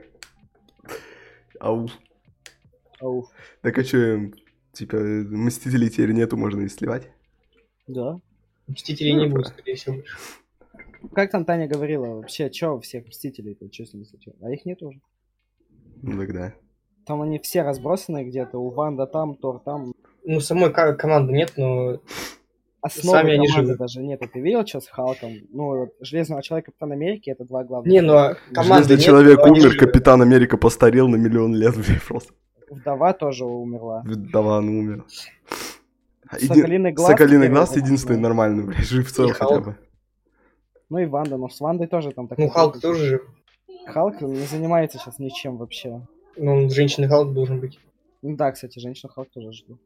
Ау. Ауф. Так а чё, типа, Мстителей теперь нету, можно и сливать? Да. Мстителей не будет, скорее всего, больше. Как там Таня говорила, вообще, чё у всех Мстителей-то, чё с ними случилось? А их нет уже. Ну тогда. Там они все разбросаны где-то, у Ванда там, Тор там. Ну, самой ка- команды нет, но Основы Сами они команды живы. даже нет. А ты видел, что с Халком? Ну, вот Железного Человека и Капитан Америки — это два главных. не, ну а команды Железный нет, человек но они умер, живы. Капитан Америка постарел на миллион лет, блин, просто. Вдова тоже умерла. Вдова, ну умер. А еди- Соколиный глаз Соколиный теперь глаз вот, единственный ну. нормальный, блядь, жив цел И хотя Халк. бы. Ну и Ванда, но с Вандой тоже там такой... Ну, Халк тоже жив. Халк не занимается сейчас ничем вообще. Ну, он женщина Халк должен быть. Ну да, кстати, женщину Халк тоже жду.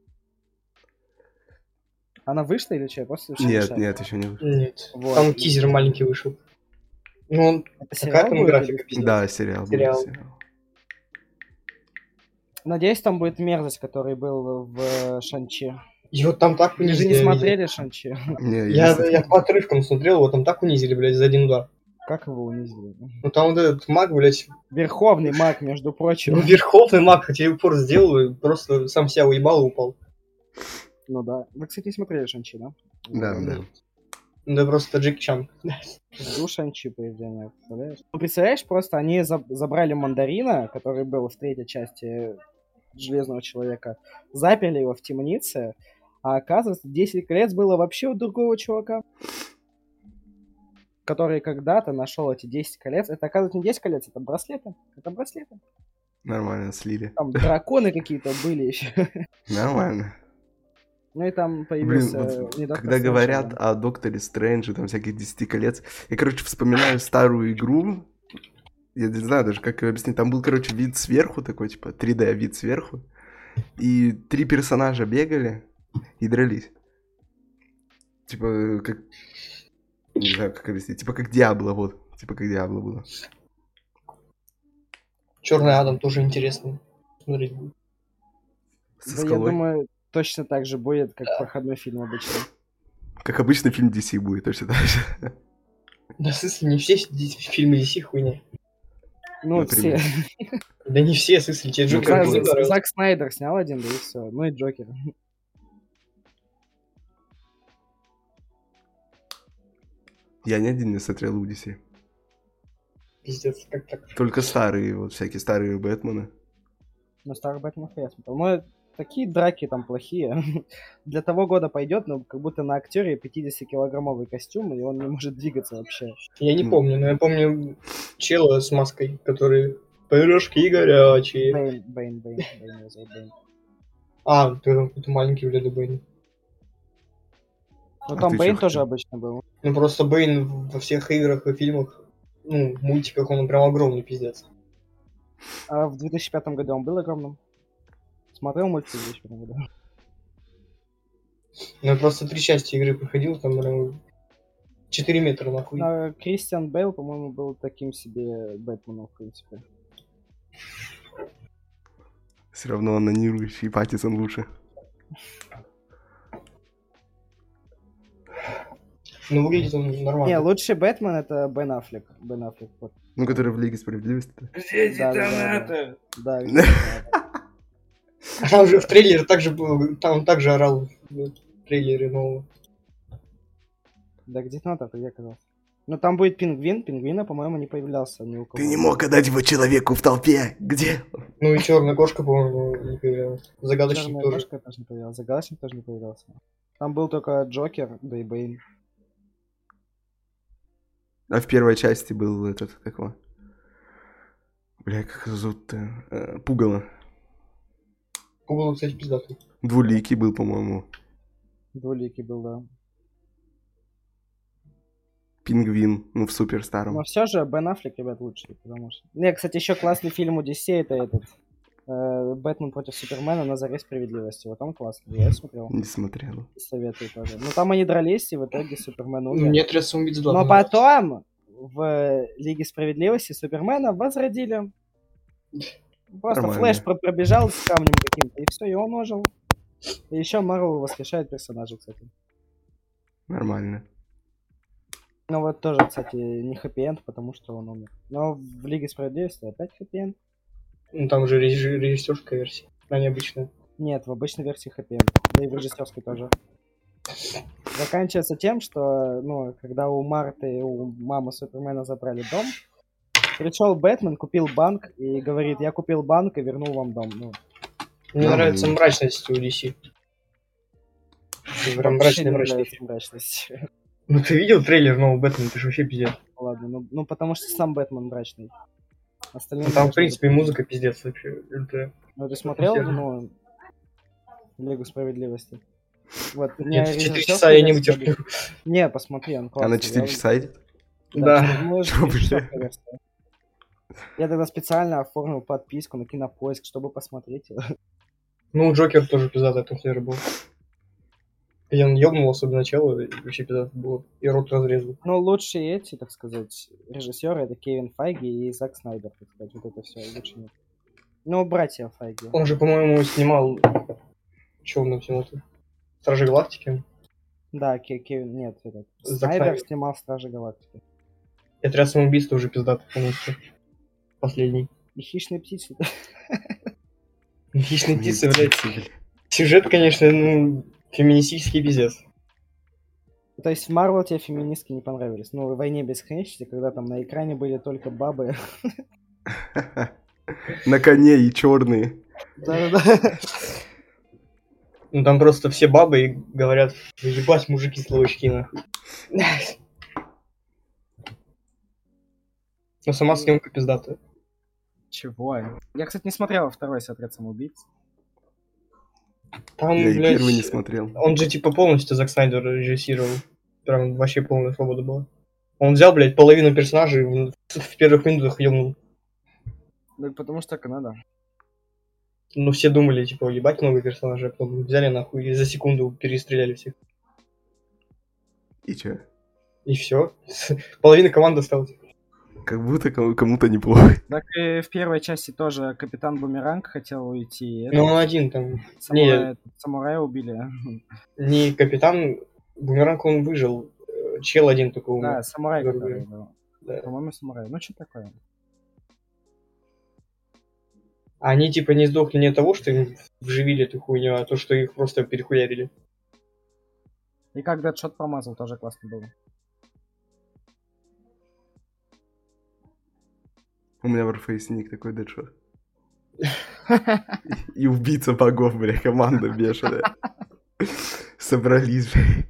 Она вышла или что? Я просто вообще не Нет, шарю. нет, еще не вышло. Нет. Вот. Там тизер маленький вышел. Ну, он Это такая сериал там будет графика. или- Да, сериал. будет, Сериал. сериал. Надеюсь, там будет мерзость, который был в э, Шанчи. Его там так Вы же унизили. не я видел. смотрели Шанчи? Не, Я, единственное- я по отрывкам смотрел, его там так унизили, блядь, за один удар. Как его унизили? Ну там вот этот маг, блядь, Верховный маг, между ну, прочим. верховный маг, хотя упор сделал, и просто сам себя уебал и упал. Ну да. Вы, кстати, не смотрели Шанчи, да? Да, да. Ну, да просто Джек Чан. Жду Шанчи появления, представляешь? Ну, представляешь, просто они заб- забрали Мандарина, который был в третьей части Железного Человека, заперли его в темнице, а оказывается, десять колец было вообще у другого чувака, который когда-то нашел эти десять колец. Это, оказывается, не десять колец, это браслеты. Это браслеты. Нормально слили. Там драконы какие-то были еще. Нормально. Ну и там Блин, появился... вот не Доктор когда Стрэндж, говорят да. о Докторе Стрэнджи, там всяких десяти колец, я, короче, вспоминаю старую игру Я не знаю даже, как объяснить. Там был, короче, вид сверху такой, типа, три дэ вид сверху. И три персонажа бегали и дрались. Типа, как... Не знаю, как объяснить. Типа, как Диабло, вот. Типа, как Диабло было. Черный Адам тоже интересно смотреть. Со Да, я скалой. думаю, точно так же будет, как проходной фильм обычно. Как обычно фильм ди си будет, точно так же. Да, в смысле, не все ди- фильмы ди си хуйня. Ну, Например. все. Да не все, в смысле, тебе Ну, Джокер как не бы- понравился. Зак Снайдер снял один, да и все. Ну и Джокер. Я ни один не смотрел у ди си. Пиздец, как так? Только старые, вот всякие старые Бэтмены. Но старый Бэтмен я смотрел. Но такие драки там плохие. Для того года пойдет, но как будто на актере пятидесятикилограммовый костюм, и он не может двигаться вообще. Я не М. помню, но я помню чела с маской, который пирожки горячие. Бэйн, Бэйн, Бэйн, Бэйн, его зовут Бэйн. А, ты там какой-то маленький, вроде Бэйн. Ну А там ты Бэйн чё тоже хотел? обычно был. Ну просто Бэйн во всех играх и фильмах, ну, мультиках, он прям огромный пиздец. А в две тысячи пятом году он был огромным. Смотрел мультик в две тысячи пятом году. Ну я просто три части игры проходил, там прям четыре метра нахуй. Но Кристиан Бейл, по-моему, был таким себе Бэтменом, в принципе. Все равно анонирующий Паттисон лучше. Ну выглядит он нормально. Не, лучший Бэтмен это Бен Аффлек. Бен Аффлек, вот. Ну, который в Лиге Справедливости. Да, да, да, да. Да, где А там же в трейлере также был, там он также орал в трейлере нового. Да где то я оказался. Ну там будет пингвин, пингвина, по-моему, не появлялся ни у кого. Ты не мог отдать его человеку в толпе. Где? Ну и черная кошка, по-моему, не появлялась. Загадочник Черная тоже. кошка тоже не появилась, загадочник тоже не появился. Там был только Джокер, да и Бэйн. А в первой части был этот, как его? Бля, как его зовут-то? Э, Пугало. Пугало, кстати, пиздатый. Двуликий был, по-моему. Двуликий был, да. Пингвин, ну, в супер старом. Но все же Бен Аффлек, ребят, лучший, потому что... Не, кстати, еще классный фильм у ди си это этот... э, Бэтмен против Супермена на заре справедливости. Вот он классный, я смотрел. Не смотрел. Советую тоже. Ну там они дрались, и в итоге Супермен умер. Мне трясся убить Но потом в Лиге Справедливости Супермена возродили. Просто Нормально. Флэш про- пробежал с камнем каким-то, и все, и он ожил. И еще Марвел воскрешает персонажей, кстати. Нормально. Ну вот тоже, кстати, не хэппи-энд, потому что он умер. Но в Лиге Справедливости опять хэппи-энд. Ну там же режи- режиссерская версия, а не обычная. Нет, в обычной версии хэппи-энд. Да и в режиссерской тоже. Заканчивается тем, что, ну, когда у Марты и у мамы Супермена забрали дом, пришел Бэтмен, купил банк и говорит, я купил банк и вернул вам дом. Ну, Мне Ну, нравится ну. мрачность у ди си. Прям вообще мрачный, не мрачный. нравится мрачность. Ну ты видел трейлер нового Бэтмена? Ты же вообще пиздец. Ладно, ну, ну потому что сам Бэтмен мрачный. Остальные Ну там, в мрачные. принципе, и музыка пиздец вообще. Это... Ну ты смотрел, Охуенно. ну, Лигу Справедливости? Вот, мне Нет, в четыре режиссерская часа я не версия вытерплю. любит. Не, посмотри, он А классный. на четыре Я- часа идет? Да. четыре- ну, Чё, бля? режиссерская версия. Я тогда специально оформил подписку на Кинопоиск, чтобы посмотреть его. Ну, Джокер тоже пиздатый атмосфера был. И он ёбнул особенно начало, и вообще пиздато было. И рот разрезал. Ну, лучшие эти, так сказать, режиссеры это Кевин Файги и Зак Снайдер, так сказать, вот это все лучше нет. Ну, братья Файги. Он же, по-моему, снимал... Чё он там снимал? Стражи Галактики. Да, Ке- Кевин, нет, этот. Зак Снайдер Снайдер. снимал Стражи Галактики. И отряд самоубийства уже пиздатый полностью. Последний. И Хищные птицы. Хищные птицы, блядь. Сюжет, конечно, ну, феминистический пиздец. То есть в Марвел тебе феминистки не понравились. Ну, в «Войне бесконечности», когда там на экране были только бабы. На коне и черные. Да-да-да. Ну там просто все бабы и говорят, ебать, мужики словочки, нахуй. Но сама съемка пиздатая. Чего? Я, кстати, не смотрел второй «Отряд самоубийц». Там, Я и блядь, первый не смотрел. он же типа полностью Зак Снайдер режиссировал. Прям вообще полная свобода была. Он взял, блядь, половину персонажей в, в первых минутах ёбнул. Ну, потому что так и надо. Ну, все думали, типа, ебать много персонажей, а потом взяли нахуй и за секунду перестреляли всех. И чё? И все. Половина команды осталась. Как будто кому- кому-то неплохо. Так и в первой части тоже капитан Бумеранг хотел уйти. и Ну, этот он один там. самурай- самурая убили. Не капитан Бумеранг, он выжил. Э, Чел один только умер. Да, самурай, который- который был. Да. По-моему, самурай. Ну, что такое? Они типа не сдохли не от того, что им вживили эту хуйню, а то, что их просто перехуярили. И как Дэдшот промазал, тоже классно было. У меня в Warface ник такой Дэдшот. И убийца богов, бля, команда бешеная. Собрались, бля.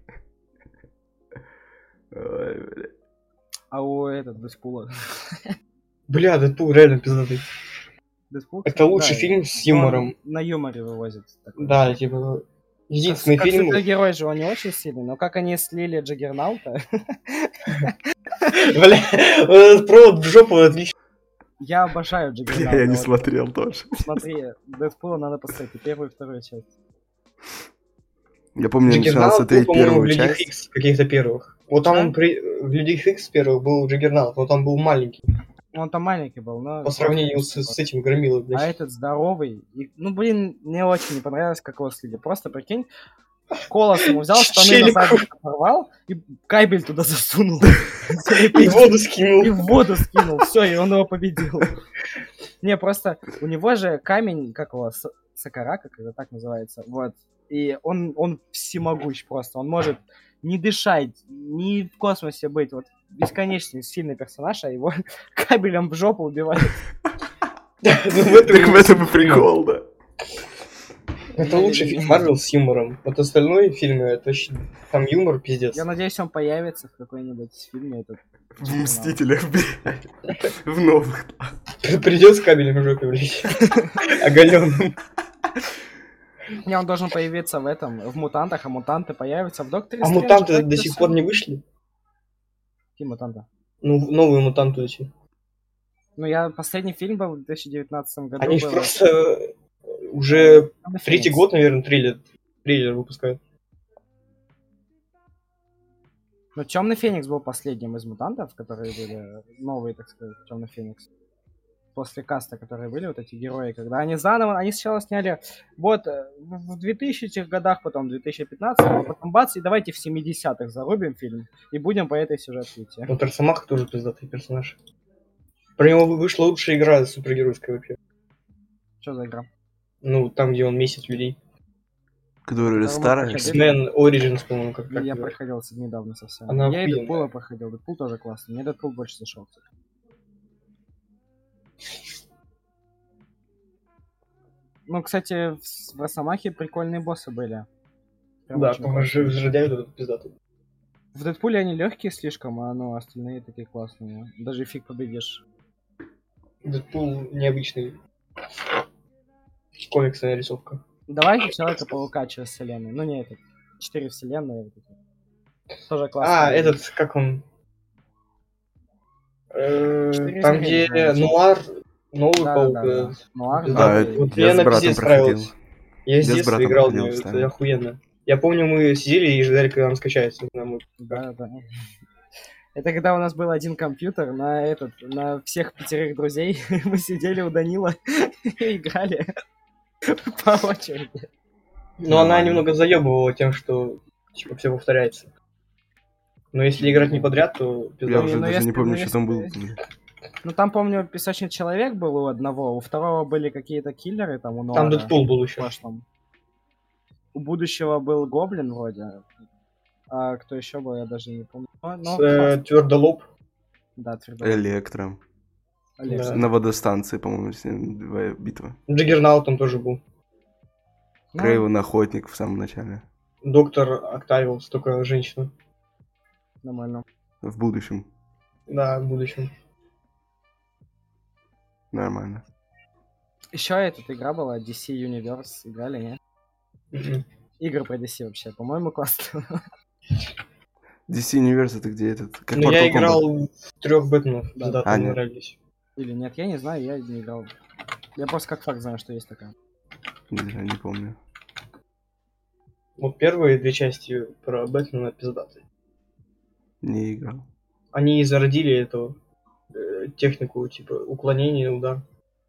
Ой, бля. А у этот Дэдпула. Бля, Дэдпул реально пиздатый. Дэдпул, Это кстати, лучший да, фильм с он юмором. На юморе вывозит. такой. Да, типа, единственный Как фильм... супергерой же он не очень сильный, но как они слили Джаггернаута, Бля, вот этот провод в жопу отлично. я обожаю Джаггернаута. Бля, я не Вот смотрел тоже. Смотри, Дэдпула надо поставить и первую, и вторую часть. Я помню, я начинал Джаггернаут был, смотреть по-моему, в первую Людях часть. Икс каких-то первых. Вот там А? он при... в Людях Икс первых был Джаггернаут, но там был маленький. Он там маленький был, но... По сравнению с, с этим Громилой, А блядь. этот здоровый. И, ну, блин, мне очень не понравилось, как его слили. Просто прикинь, Колос ему взял, штаны на Челику. задницу порвал и кабель туда засунул. И воду скинул. И в воду скинул. Все, и он его победил. Не, просто у него же камень, как его, С- Сакарака, как это так называется. Вот. И он, он всемогущ просто. Он может не дышать, ни в космосе быть. Вот бесконечный сильный персонаж, а его кабелем в жопу убивают. Ну, в этом Так в этом и прикол, да. Это лучший фильм Марвел с юмором. Вот остальные фильмы, это вообще... Там юмор пиздец. Я надеюсь, он появится в какой-нибудь фильме. Этот... В Мстителях, блядь. В новых. Придет с кабелем в жопе, блядь. Оголенным. Не, он должен появиться в этом, в мутантах, а мутанты появятся в Докторе А Стрэнджа, мутанты так до это сих всё. пор не вышли? Какие мутанты? Ну, новые мутанты эти. Ну, я последний фильм был в две тысячи девятнадцатом году. Они ж был. просто э, уже Темный третий Феникс. год, наверное, трейлер, трейлер выпускают. Ну, Темный Феникс был последним из мутантов, которые были новые, так сказать, Темный Феникс. После каста, которые были, вот эти герои, когда они заново, они сначала сняли вот э, в в двухтысячных годах, потом в две тысячи пятнадцатом, а потом бац, и давайте в семидесятых зарубим фильм, и будем по этой сюжетке идти. Вот Росомаха тоже пиздатый персонаж. Про него вышла лучшая игра супергеройская вообще. Что за игра? Ну, там, где он месяц людей. Которая Которому старая. проходили. X-Men Origins, по-моему, как, как Я его. проходил с- недавно совсем. Она я и охуенная. Дэдпула проходил. Дэдпул тоже классный. Мне Дэдпул больше зашел, кстати. Ну, кстати, в, с- в Росомахе прикольные боссы были. Прям Да, очень по классные. жердяю этот пиздатый. В Дэдпуле они легкие слишком, а ну, остальные такие классные. Даже фиг победишь. Дэдпул необычный. Комиксная рисовка. Давайте Человека-паука через вселенную. Ну, не этот. Четыре вселенные. вот эти. Тоже классно. А, этот, как он? Э, Четыре Там, измерения, где наверное. Нуар, новый Да, паук. да, да, э, да. Нуар, Да, А, да, вот я мне с на братом пиздец проходил. нравилось. Я с Я с детства братом играл в проходил, нее, это постоянно. охуенно. Я помню, мы сидели и ждали, когда он скачается. на мой- да, да. Это когда у нас был один компьютер на этот, на всех пятерых друзей. Мы сидели у Данила и играли по очереди. Но она Нормально. немного заебывала тем, что типа все повторяется. Но если играть не подряд, то Я пизда. уже ну, даже если- не помню, ну, что там было. если- Ну, там, помню, песочный человек был у одного, у второго были какие-то киллеры, там, у Нуара. Там Дэдпул был в еще. прошлом. У будущего был Гоблин вроде. А кто еще был, я даже не помню. Ну, ну, классно. Твердолоб. Да, твердо. Электро. Олег. да. На водостанции, по-моему, с ним была битва. Джаггернаут там тоже был. Ну, Крейвен охотник в самом начале. Доктор Октавиус, только женщина. нормально. В будущем. Да, в будущем. Нормально. Еще эта игра была, ди си Universe, играли, не? Мгм. Игры про ди си вообще, по-моему, классно. ди си Universe это где этот? Как Ну, Mortal я Kombat. играл в трех Бэтменов, Да. да, А, там нет. нравились. Или нет, я не знаю, я не играл. Я просто как факт знаю, что есть такая. Не знаю, не помню. Вот первые две части про Бэтмена пиздатые. Не играл. Они зародили эту э, технику, типа, уклонения, удар.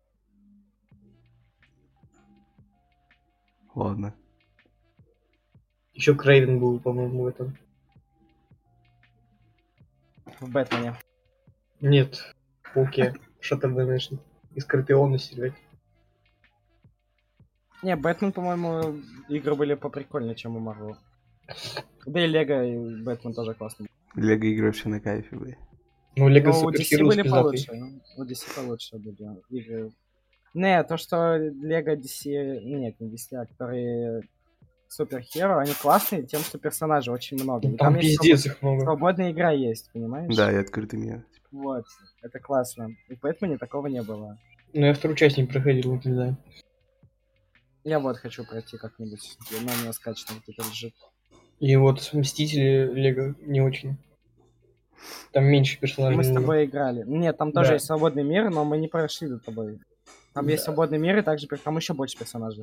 Ладно. Еще Крейвен был, по-моему, в этом. В Бэтмене. Нет, в Пауке. Shattered Dimension. И Скорпиона стрелять. Не, Бэтмен, по-моему, игры были поприкольнее, чем у Марвел. Да и Лего и Бэтмен тоже классно. Лего игры вообще на кайфе были. Ну, Лего Но у ди си Супер были пиздатый. получше. У ди си получше были игры. Не, то, что Лего ди си... Нет, не ди си, а которые Супер Херо, они классные тем, что персонажей очень много. И Там есть пиздец свобод- их много. свободная игра есть, понимаешь? Да, и открытый мир. Вот, это классно. И в Бэтмене такого не было. Ну, я вторую часть не проходил, вот не знаю. Я вот хочу пройти как-нибудь, но у меня скачано где-то лежит. И вот Мстители Лего не очень. Там меньше персонажей. Мы с много. тобой играли. Нет, там тоже Да. есть свободный мир, но мы не прошли за тобой. Там есть Да. свободный мир, и также пер- там еще больше персонажей.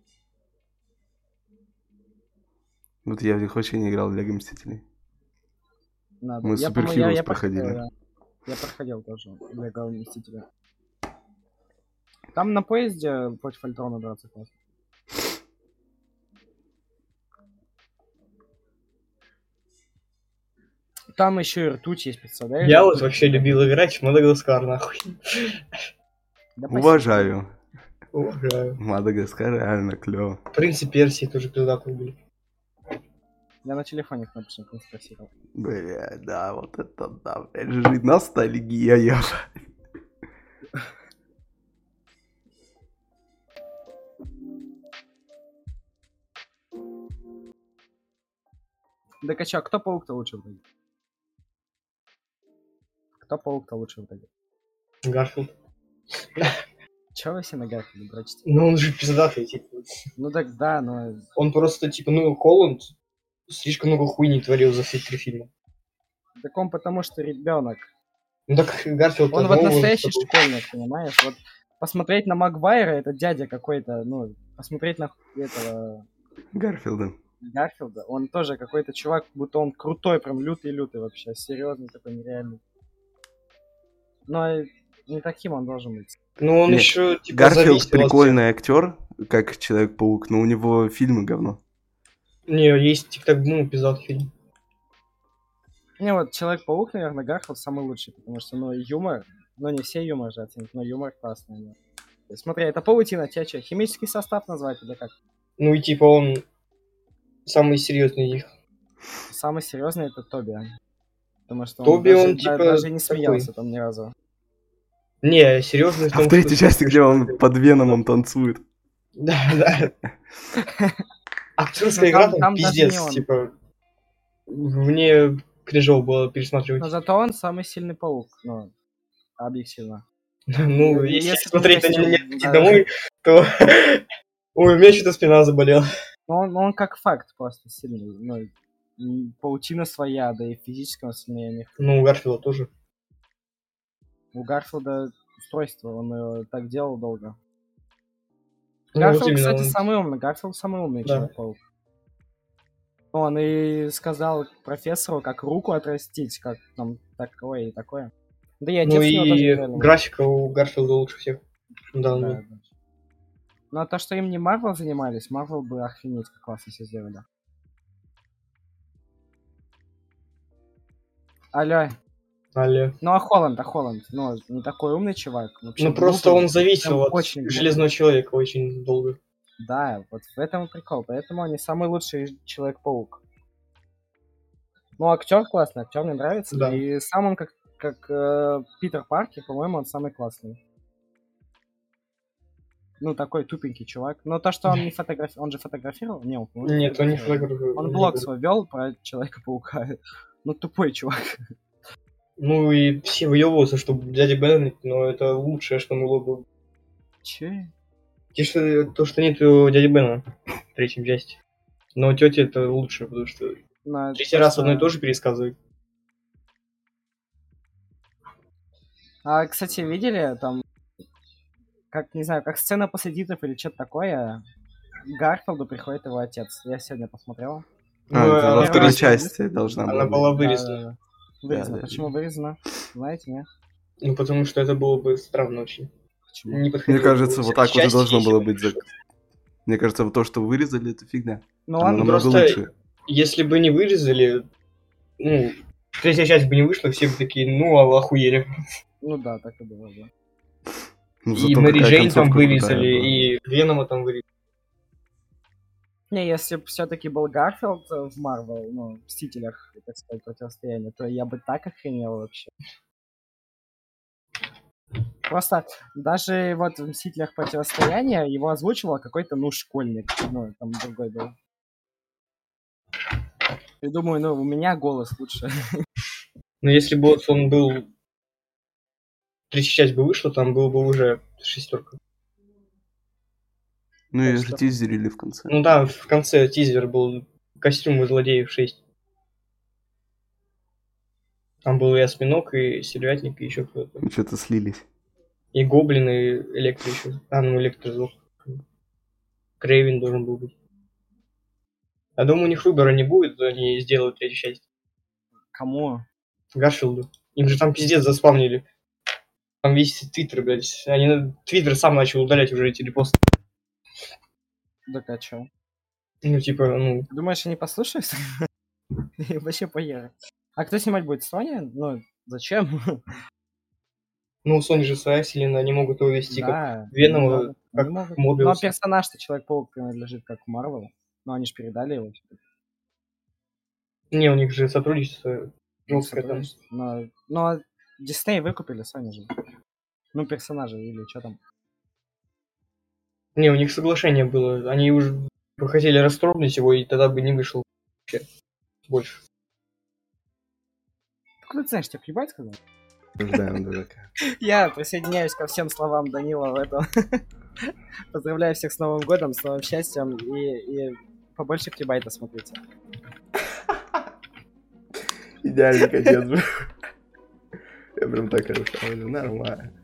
Вот я в них вообще не играл в Лего Мстителей. Надо. Мы я, Супер по-моему, я, Heroes я проходили. проходил, да. Я проходил тоже Лего Мстителя. Там на поезде против Альтрона драться классно. Там еще и ртуть есть, представляешь? Я вот Ртуть. вообще любил играть в Мадагаскар, нахуй. Да спасибо. Уважаю. Уважаю. Мадагаскар реально клево. Принцы Персии тоже пиздатые были. Я на телефоне кнопочник не спросил. Бля, да, вот это да, блядь, жить ностальгия, я. Да кача, кто паук-то лучше в итоге? Кто паук-то лучше в итоге? Гарфилд. Че вы все на Гарфилде дрочите? Ну он же пиздатый, типа. Ну так да, но... Он просто, типа, ну, Холланд слишком много хуйни творил за все три фильма. Так он потому что ребенок. Ну так Гарфилд... Он одного вот настоящий возраста был. школьник, понимаешь? Вот посмотреть на Магуайра, это дядя какой-то, ну, посмотреть на этого Гарфилда. Гарфилда, он тоже какой-то чувак, будто он крутой, прям лютый-лютый вообще, серьезный такой, нереальный. Но не таким он должен быть. Ну он Нет, еще, типа, Гарфилд зависел от прикольный актер, как Человек-паук, но у него фильмы говно. всех. Не, есть Тик-Так Бум, пиздатый фильм. Не, вот Человек-паук, наверное, Гарфилд самый лучший, потому что, ну, юмор, ну, не все юмор же оценят, но юмор классный. Да. Смотри, это паутина, тебя что, химический состав назвать или как? Ну и типа он самый серьезный из них. Самый серьезный это Тоби. Потому что Тоби, он, даже, он, да- типа, даже не такой. смеялся там ни разу. Не, серьезный в А том, в третьей что- части, где он под Веномом танцует. Да, да. Актерская Ну, игра там- там там даже пиздец, не он. типа. Мне кринжово было пересматривать. Но зато он самый сильный паук, ну, объективно. Ну, Ну, если если смотреть на костюм, него не да. домой, то... Ой, у меня что-то спина заболела. Но он, но он как факт просто сильный. Ну, и паутина своя, да и физически он сильнее них. Ну, у Гарфилда тоже. У Гарфилда устройство, он его так делал долго. Ну, Гарфилд, вот именно, кстати, он- самый умный. Гарфилд самый умный Да. Человек-паук. Он и сказал профессору, как руку отрастить, как там такое и такое. Да и отец Ну у него тоже и нереальный. графика у Гарфилда лучше всех. Да, Да, да. да. Ну а то, что им не Марвел занимались, Марвел бы охренеть как классно все сделали. Алло. Алло. Ну а Холланд, а Холланд, ну, не такой умный чувак. вообще Ну просто глупый, он зависел прям от очень глупый. Железного Человека очень долго. Да, вот в этом и прикол. Поэтому он не самый лучший Человек-паук. Ну, актер классный, актер мне нравится. Да. И сам он как, как э, Питер Паркер, по-моему, он самый классный. Ну, такой тупенький чувак. Но то, что он не фотографировал, он же фотографировал? Не, он, по-моему, Нет, он не фотографировал. фотографировал. Он блог свой вел про Человека-паука. Ну, тупой чувак. Ну и все выебываются, что дядя Бен, но это лучшее, что могло бы. Че? Те, что, то, что нет дяди Бена в третьей части. Но тетя это лучше, потому что Ну, третий раз одно и то же пересказывать. А, кстати, видели там, как, не знаю, как сцена после титров или что-то такое, Гарфилду приходит его отец. Я сегодня посмотрел. А, Ну, это она во Первый второй раз вырезана. части должна Она была была быть. вырезана. Да, да, да. Вырезано. Да, да. Почему вырезано? Знаете, нет? Ну, потому что это было бы странно очень. Почему? Не Мне подходило кажется, бы вот к так вот и части, должно если было бы быть. не за- Мне кажется, вот то, что вырезали, это фигня. Ну Оно ладно, намного просто- лучше. Если бы не вырезали, ну, третья часть бы не вышла, все бы такие, ну, а охуели. ну да, так и было, да. Ну, И зато Мэри какая Джейн там концовка крутая вырезали, была. и Венома там вырезали. Не, если бы все-таки был Гарфилд э, в Марвел, ну, в Мстителях, так сказать, противостояние, то я бы так охренел вообще. Просто даже вот в Мстителях противостояния его озвучивал какой-то, ну, школьник. Ну, там другой был. И думаю, ну, у меня голос лучше. Но если бы вот он был... Третья часть бы вышла, там было бы уже шестерка. Ну, Так если что- тизерили в конце. Ну да, в конце тизер был костюм из злодеев шесть. Там был и осьминог, и стервятник, и еще кто-то. Мы что-то слились. И гоблин, и электро еще. А, ну электро сдох. Крейвен должен был быть. Я думаю, у них выбора не будет, они сделают третью часть. Кому? Гарфилду. Им же там пиздец заспавнили. Там весь твиттер, блядь. Они твиттер сам начал удалять уже эти репосты. Так а чё? Ну, типа, ну, Думаешь, они послушают? И вообще поехали. А кто снимать будет? Соня? Ну, зачем? ну, у Sony же своя вселенная, они могут его вести как Да. Венома, не могут, как не могут. Мобиус. Но персонаж-то Человек-паук принадлежит как Марвел. Но они же передали его. Не, у них же сотрудничество Ну, жесткое там. сотрудничество. Но, но Дисней выкупили, Sony же. Ну, персонажи или что там. Не, у них соглашение было. Они уже хотели расторгнуть его, и тогда бы не вышел вообще больше. Откуда ты знаешь, тебе плевать сказал? Ждаем дурака. Я присоединяюсь ко всем словам Данила в этом. Поздравляю всех с Новым годом, с новым счастьем и, и побольше Клибайта смотрите. Идеальный конец был. Я прям так хорошо. Нормально.